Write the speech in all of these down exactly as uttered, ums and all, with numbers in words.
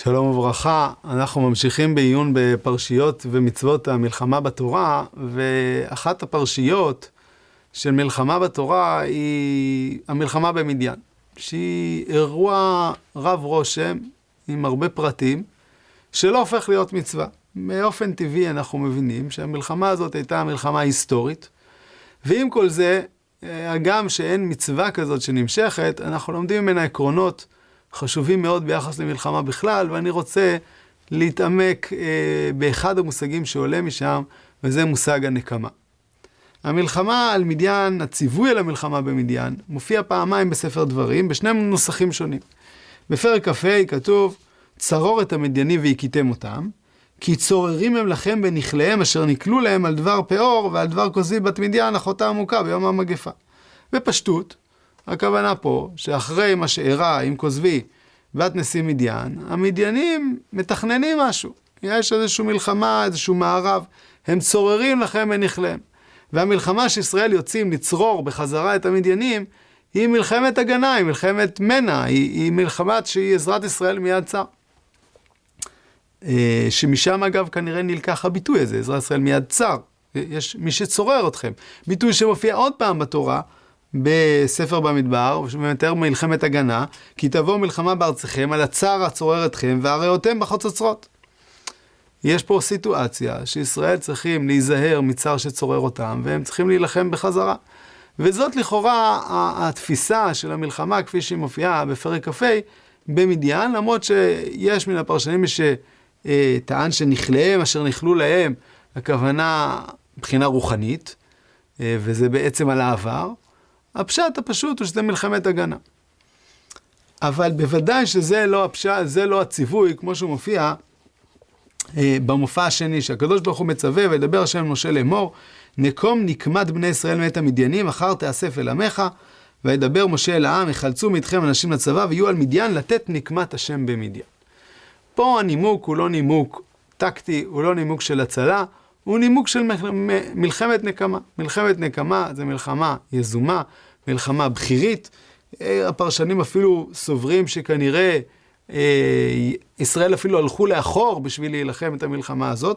שלום וברכה, אנחנו ממשיכים בעיון בפרשיות ומצוות המלחמה בתורה, ואחת הפרשיות של מלחמה בתורה היא המלחמה במדיין, שהיא אירוע רב רושם עם הרבה פרטים, שלא הופך להיות מצווה. באופן טבעי אנחנו מבינים שהמלחמה הזאת הייתה מלחמה היסטורית, ועם כל זה, גם שאין מצווה כזאת שנמשכת, אנחנו לומדים ממנה עקרונות חשובים מאוד ביחס למלחמה בכלל, ואני רוצה להתעמק אה, באחד המושגים שעולה משם, וזה מושג הנקמה. המלחמה על מדיין, הציווי על המלחמה במדיין, מופיע פעמיים בספר דברים, בשני נוסחים שונים. בפרק כ"ה כתוב, צרור את המדיינים והכיתם אותם, כי צוררים הם לכם בנכליהם אשר נקלו להם על דבר פאור ועל דבר כוזבי בת מדיין אחותה עמוקה ביום המגפה. בפשטות, הכוונה פה שאחרי מה שאירע עם כוזבי בת נשיא מדיין, המדיינים מתכננים משהו. יש איזושהי מלחמה, איזשהו מערב, הם צוררים לכם בנכליהם. והמלחמה שישראל יוצאים לצרור בחזרה את המדיינים, היא מלחמת הגנה, היא מלחמת מנע, היא, היא מלחמה שהיא עזרת ישראל מיד צר. שמשם אגב כנראה נלקח הביטוי הזה, עזרת ישראל מיד צר. יש מי שצורר אתכם. ביטוי שמופיע עוד פעם בתורה, בספר במדבר, שמתאר מלחמת הגנה, כי תבוא מלחמה בארציכם, על הצער הצורר אתכם, והראותם בחוצצרות. יש פה סיטואציה שישראל צריכים להיזהר מצער שצורר אותם, והם צריכים להילחם בחזרה. וזאת לכאורה התפיסה של המלחמה, כפי שהיא מופיעה בפרק כ"ה, במדיין, למרות שיש מן הפרשנים שטען שנכליהם, אשר נכלו להם, הכוונה מבחינה רוחנית, וזה בעצם על העבר, הפשט הפשוט הוא שזה מלחמת הגנה. אבל בוודאי שזה לא הפשט, זה לא הציווי, כמו שהוא מופיע אה, במופע השני, שהקדוש ברוך הוא מצווה וידבר השם משה לאמור, נקום נקמת בני ישראל מאת המדיינים, אחר תאסף אל עמך, וידבר משה אל העם, יחלצו מאיתכם אנשים לצבא, ויהיו על מדיין לתת נקמת השם במדיין. פה הנימוק הוא לא נימוק טקטי, הוא לא נימוק של הצלה, הוא נימוק של מלחמת נקמה. מלחמת נקמה זה מלחמה יזומה, מלחמה בחירית. הפרשנים אפילו סוברים שכנראה ישראל אפילו הלכו לאחור בשביל להילחם את המלחמה הזאת.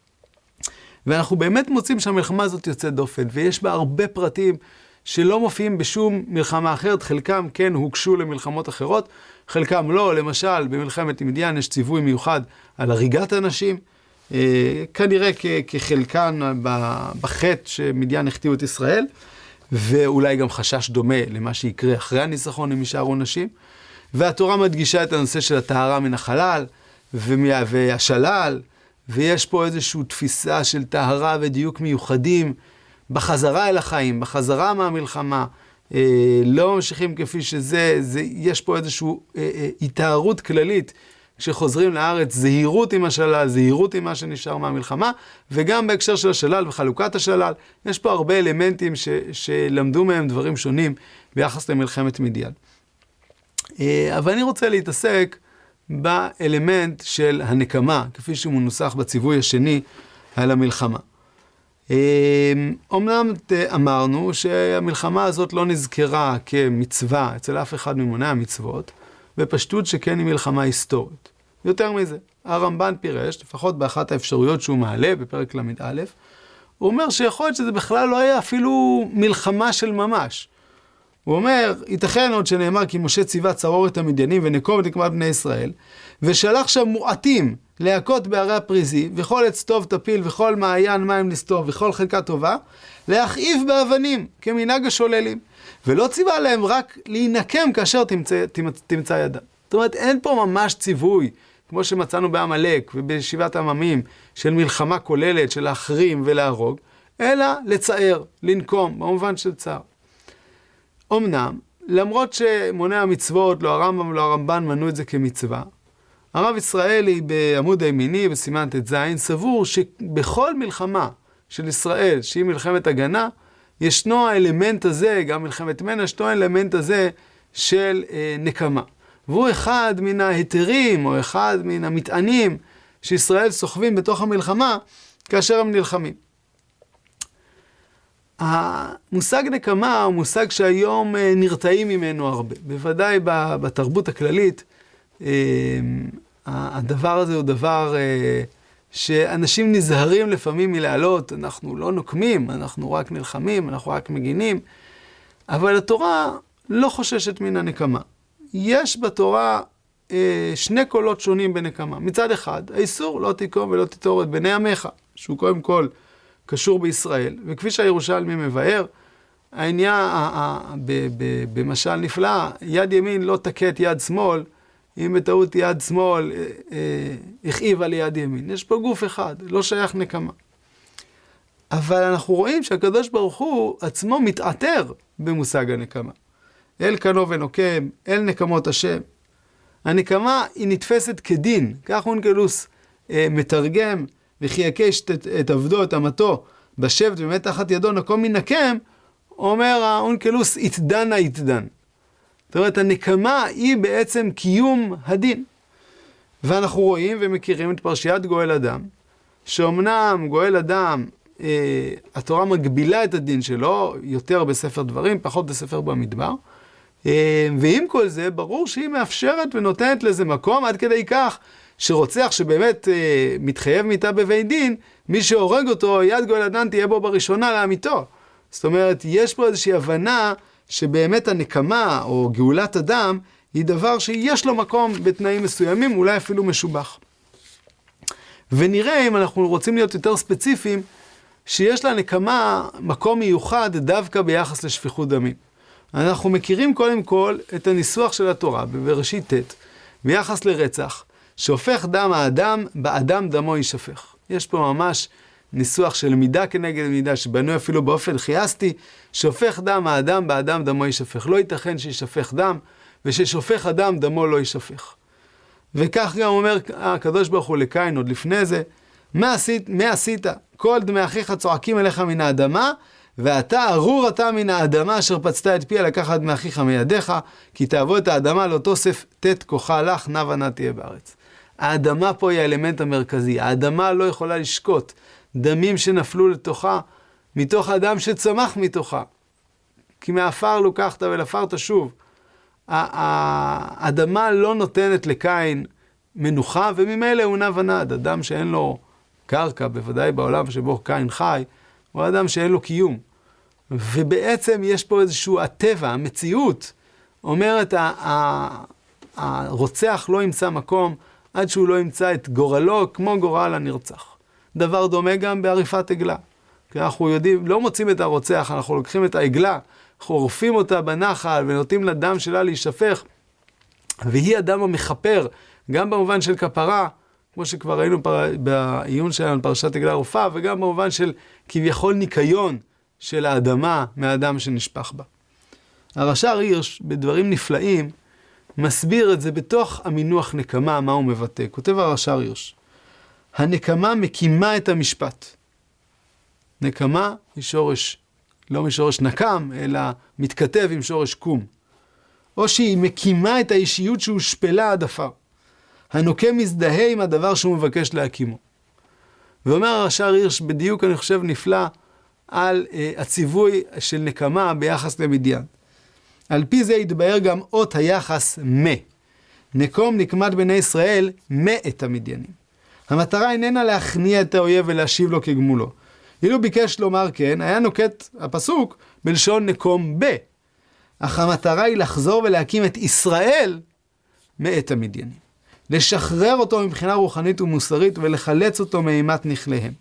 ואנחנו באמת מוצאים שהמלחמה הזאת יוצאת דופן, ויש בה הרבה פרטים שלא מופיעים בשום מלחמה אחרת. חלקם כן הוגשו למלחמות אחרות, חלקם לא. למשל, במלחמת מדיין יש ציווי מיוחד על הריגת אנשים, כנראה כחלקן בחטא שמדיין החטיאו את ישראל, ואולי גם חשש דומה למה שיקרה אחרי הניצחון אם יישארו נשים. והתורה מדגישה את הנושא של הטהרה מן החלל והשלל, ויש פה איזושהי תפיסה של טהרה ודיוק מיוחדים בחזרה אל החיים, בחזרה מהמלחמה. לא ממשיכים כפי שזה, זה, יש פה איזושהי התארות כללית, כשחוזרים לארץ, זהירות עם השלל, זהירות עם מה שנשאר מהמלחמה, וגם בהקשר של השלל וחלוקת השלל, יש פה הרבה אלמנטים ש, שלמדו מהם דברים שונים ביחס למלחמת מדיין. אבל אני רוצה להתעסק באלמנט של הנקמה, כפי שהוא מנוסח בציווי השני על המלחמה. אומנם אמרנו שהמלחמה הזאת לא נזכרה כמצווה אצל אף אחד ממוני המצוות, בפשטות שכן היא מלחמה היסטורית. יותר מזה, הרמב"ן פירש, לפחות באחת האפשרויות שהוא מעלה בפרק למ"א, הוא אומר שיכול להיות שזה בכלל לא היה אפילו מלחמה של ממש. הוא אומר, ייתכן עוד שנאמר כי משה ציווה צרור את המדיינים ונקום את נקמת בני ישראל, ושלח שם מועטים להכות בערי הפריזי, וכל עץ טוב תפיל, וכל מעיין מים לסתור, וכל חלקה טובה, להכאיב באבנים, כמנהג השוללים. ולא ציווה להם רק להינקם כאשר תמצא, תמצא ידם. זאת אומרת, אין פה ממש ציווי, כמו שמצאנו בעמלק ובשבעת עממים, של מלחמה כוללת, של להחרים ולהרוג, אלא לצער, לנקום, במובן של צער. אמנם, למרות שמוני המצוות, לא הרמב"ם ולא הרמב"ן מנו את זה כמצווה, הרב ישראלי בעמוד הימיני, בסימן ט"ז, סבור שבכל מלחמה של ישראל, שהיא מלחמת הגנה, ישנו האלמנט הזה, גם מלחמת מנע, ישנו האלמנט הזה של אה, נקמה. והוא אחד מן ההיתרים, או אחד מן המטענים, שישראל סוחבים בתוך המלחמה, כאשר הם נלחמים. המושג נקמה הוא מושג שהיום אה, נרתעים ממנו הרבה. בוודאי בתרבות הכללית, אה, הדבר הזה הוא דבר אה, שאנשים נזהרים לפעמים מלעלות, אנחנו לא נוקמים, אנחנו רק נלחמים, אנחנו רק מגינים, אבל התורה לא חוששת מן הנקמה. יש בתורה אה, שני קולות שונים בנקמה. מצד אחד, האיסור לא תיקום ולא תתור את בני עמך, שהוא קודם כל קשור בישראל, וכפי שהירושלמי מבאר, העניין, במשל נפלא, יד ימין לא תקט יד שמאל, אם בטעות יד שמאל הכאיבה ליד ימין. יש פה גוף אחד, לא שייך נקמה. אבל אנחנו רואים שהקדוש ברוך הוא עצמו מתעתר במושג הנקמה. אל קנו ונוקם, אל נקמות השם. הנקמה היא נתפסת כדין, כך אונקלוס מתרגם, וכי יקש את עבדו, את אמתו, בשבט באמת תחת ידו נקום מנקם, אומר האונקלוס, יתדנה יתדן. זאת אומרת, הנקמה היא בעצם קיום הדין. ואנחנו רואים ומכירים את פרשיית גואל אדם, שאומנם גואל אדם, אה, התורה מגבילה את הדין שלו, יותר בספר דברים, פחות בספר במדבר, אה, ועם כל זה, ברור שהיא מאפשרת ונותנת לזה מקום, עד כדי כך, שרוצח שבאמת אה, מתחייב מיתה בבית דין, מי שהורג אותו, יד גואל אדם תהיה בו בראשונה לאמיתו. זאת אומרת, יש פה איזושהי הבנה שבאמת הנקמה או גאולת אדם היא דבר שיש לו מקום בתנאים מסוימים, אולי אפילו משובח. ונראה, אם אנחנו רוצים להיות יותר ספציפיים, שיש לנקמה מקום מיוחד דווקא ביחס לשפיכות דמים. אנחנו מכירים קודם כל את הניסוח של התורה בבראשית ט' ביחס לרצח, שהופך דם האדם, באדם דמו יישפך. יש פה ממש ניסוח של מידה כנגד מידה, שבנוי אפילו באופן חייסטי, שהופך דם האדם, באדם דמו יישפך. לא ייתכן שישפך דם, וששופך אדם דמו לא יישפך. וכך גם אומר הקדוש ברוך הוא לקין עוד לפני זה, מה עשית? מה עשית? כל דמי אחיך צועקים אליך מן האדמה, ואתה ארור אתה מן האדמה אשר פצתה את פיה לקחת דמי אחיך מידיך, כי תעבוד את האדמה לא תוסף תת כוחה לך, נע ונה תהיה בארץ. האדמה פה היא האלמנט המרכזי. האדמה לא יכולה לשקוט דמים שנפלו לתוכה, מתוך האדם שצמח מתוכה. כי מאפר לוקחת ולעפר תשוב. האדמה לא נותנת לקין מנוחה, וממילא הוא נע ונד. אדם שאין לו קרקע, בוודאי בעולם שבו קין חי, הוא אדם שאין לו קיום. ובעצם יש פה איזשהו הטבע, המציאות, אומרת, הרוצח לא ימצא מקום עד שהוא לא ימצא את גורלו כמו גורל הנרצח. דבר דומה גם בעריפת עגלה. כי אנחנו יודעים, לא מוצאים את הרוצח, אנחנו לוקחים את העגלה, אנחנו עורפים אותה בנחל ונותנים לדם שלה להישפך, והיא אדם המחפר, גם במובן של כפרה, כמו שכבר ראינו פר... בעיון שלנו פרשת עגלה ערופה, וגם במובן של כביכול ניקיון של האדמה מהאדם שנשפך בה. הרש"ר הירש, בדברים נפלאים, מסביר את זה בתוך המינוח נקמה, מה הוא מבטא. כותב הרש"ר הירש, הנקמה מקימה את המשפט. נקמה היא שורש, לא משורש נקם, אלא מתכתב עם שורש קום. או שהיא מקימה את האישיות שהושפלה עד עפר. הנוקם מזדהה עם הדבר שהוא מבקש להקימו. ואומר הרש"ר הירש, בדיוק אני חושב נפלא, על uh, הציווי של נקמה ביחס למדיין. על פי זה יתבהר גם אות היחס מה. נקום נקמת בני ישראל מה את המדיינים. המטרה איננה להכניע את האויב ולהשיב לו כגמולו. אילו ביקש לומר כן, היה נוקט הפסוק בלשון נקום ב. אך המטרה היא לחזור ולהקים את ישראל מאת המדיינים. לשחרר אותו מבחינה רוחנית ומוסרית ולחלץ אותו מאימת נכליהם.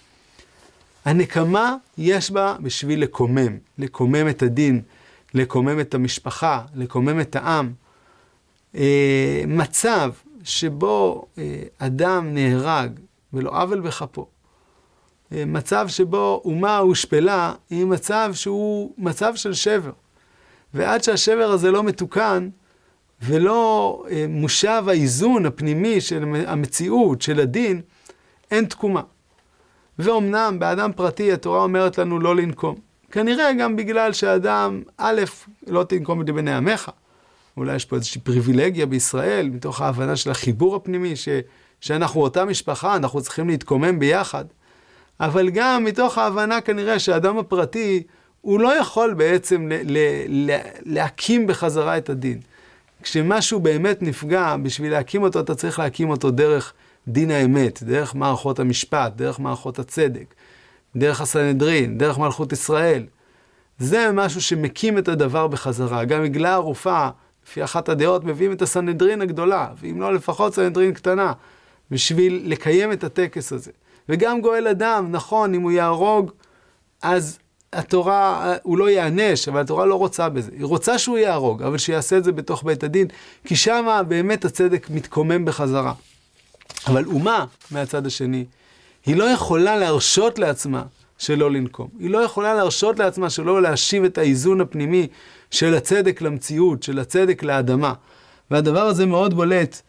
הנקמה יש בה בשביל לקומם, לקומם את הדין, לקומם את המשפחה, לקומם את העם. אה, מצב שבו אה, אדם נהרג ולא עוול בכפו, אה, מצב שבו אומה הושפלה, היא מצב שהוא מצב של שבר. ועד שהשבר הזה לא מתוקן, ולא אה, מושב האיזון הפנימי של המציאות, של הדין, אין תקומה. ואומנם באדם פרטי התורה אומרת לנו לא לנקום. כנראה גם בגלל שאדם, א', לא תנקום את בני עמך. אולי יש פה איזושהי פריבילגיה בישראל, מתוך ההבנה של החיבור הפנימי, ש, שאנחנו אותה משפחה, אנחנו צריכים להתקומם ביחד. אבל גם מתוך ההבנה כנראה שהאדם הפרטי, הוא לא יכול בעצם ל, ל, ל, להקים בחזרה את הדין. כשמשהו באמת נפגע, בשביל להקים אותו, אתה צריך להקים אותו דרך דין האמת, דרך מערכות המשפט, דרך מערכות הצדק, דרך הסנהדרין, דרך מלכות ישראל. זה משהו שמקים את הדבר בחזרה. גם עגלה ערופה, לפי אחת הדעות, מביאים את הסנהדרין הגדולה, ואם לא לפחות סנהדרין קטנה, בשביל לקיים את הטקס הזה. וגם גואל אדם, נכון, אם הוא יהרוג, אז התורה, הוא לא יענש, אבל התורה לא רוצה בזה. היא רוצה שהוא יהרוג, אבל שיעשה את זה בתוך בית הדין, כי שם באמת הצדק מתקומם בחזרה. אבל אומה, מהצד השני, היא לא יכולה להרשות לעצמה שלא לנקום. היא לא יכולה להרשות לעצמה שלא להשיב את האיזון הפנימי של הצדק למציאות, של הצדק לאדמה. והדבר הזה מאוד בולט,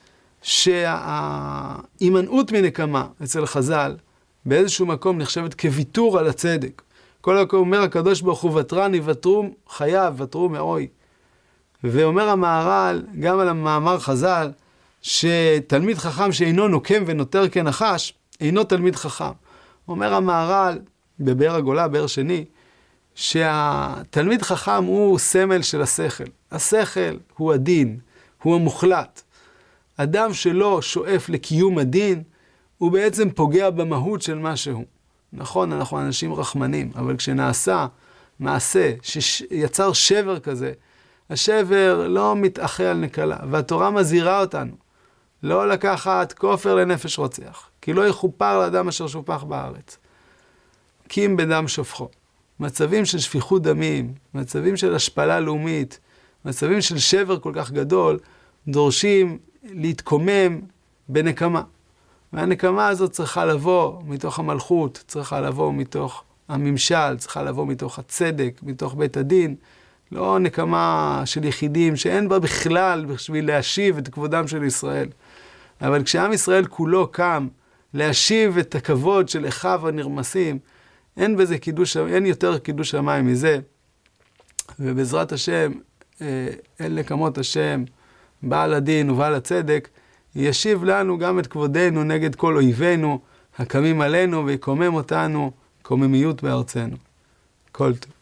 שההימנעות מנקמה אצל חז"ל, באיזשהו מקום נחשבת כוויתור על הצדק. כל הכל אומר הקדוש ברוך הוא, ותרני, ותרו חייו, ותרו מאוי. ואומר המהר"ל, גם על המאמר חז"ל, שתלמיד חכם שאינו נוקם ונותר כנחש, אינו תלמיד חכם. אומר המהר"ל, בבאר הגולה, באר שני, שהתלמיד חכם הוא סמל של השכל. השכל הוא הדין, הוא המוחלט. אדם שלא שואף לקיום הדין, הוא בעצם פוגע במהות של משהו. נכון, אנחנו אנשים רחמנים, אבל כשנעשה מעשה שיצר שבר כזה, השבר לא מתאחה על נקלה, והתורה מזהירה אותנו לא לקחת כופר לנפש רוצח, כי לא יכופר לאדם אשר שופך בארץ. קים בדם שופכו. מצבים של שפיכות דמים, מצבים של השפלה לאומית, מצבים של שבר כל כך גדול, דורשים להתקומם בנקמה. והנקמה הזאת צריכה לבוא מתוך המלכות, צריכה לבוא מתוך הממשל, צריכה לבוא מתוך הצדק, מתוך בית הדין. לא נקמה של יחידים שאין בה בכלל בשביל להשיב את כבודם של ישראל. אבל כשעם ישראל כולו קם להשיב את הכבוד של אחיו הנרמסים, אין בזה קידוש, אין יותר קידוש שמיים מזה. ובעזרת השם, אל נקמות השם, בעל הדין ובעל הצדק, ישיב לנו גם את כבודנו נגד כל אויבינו, הקמים עלינו ויקומם אותנו, קוממיות בארצנו. כל טוב.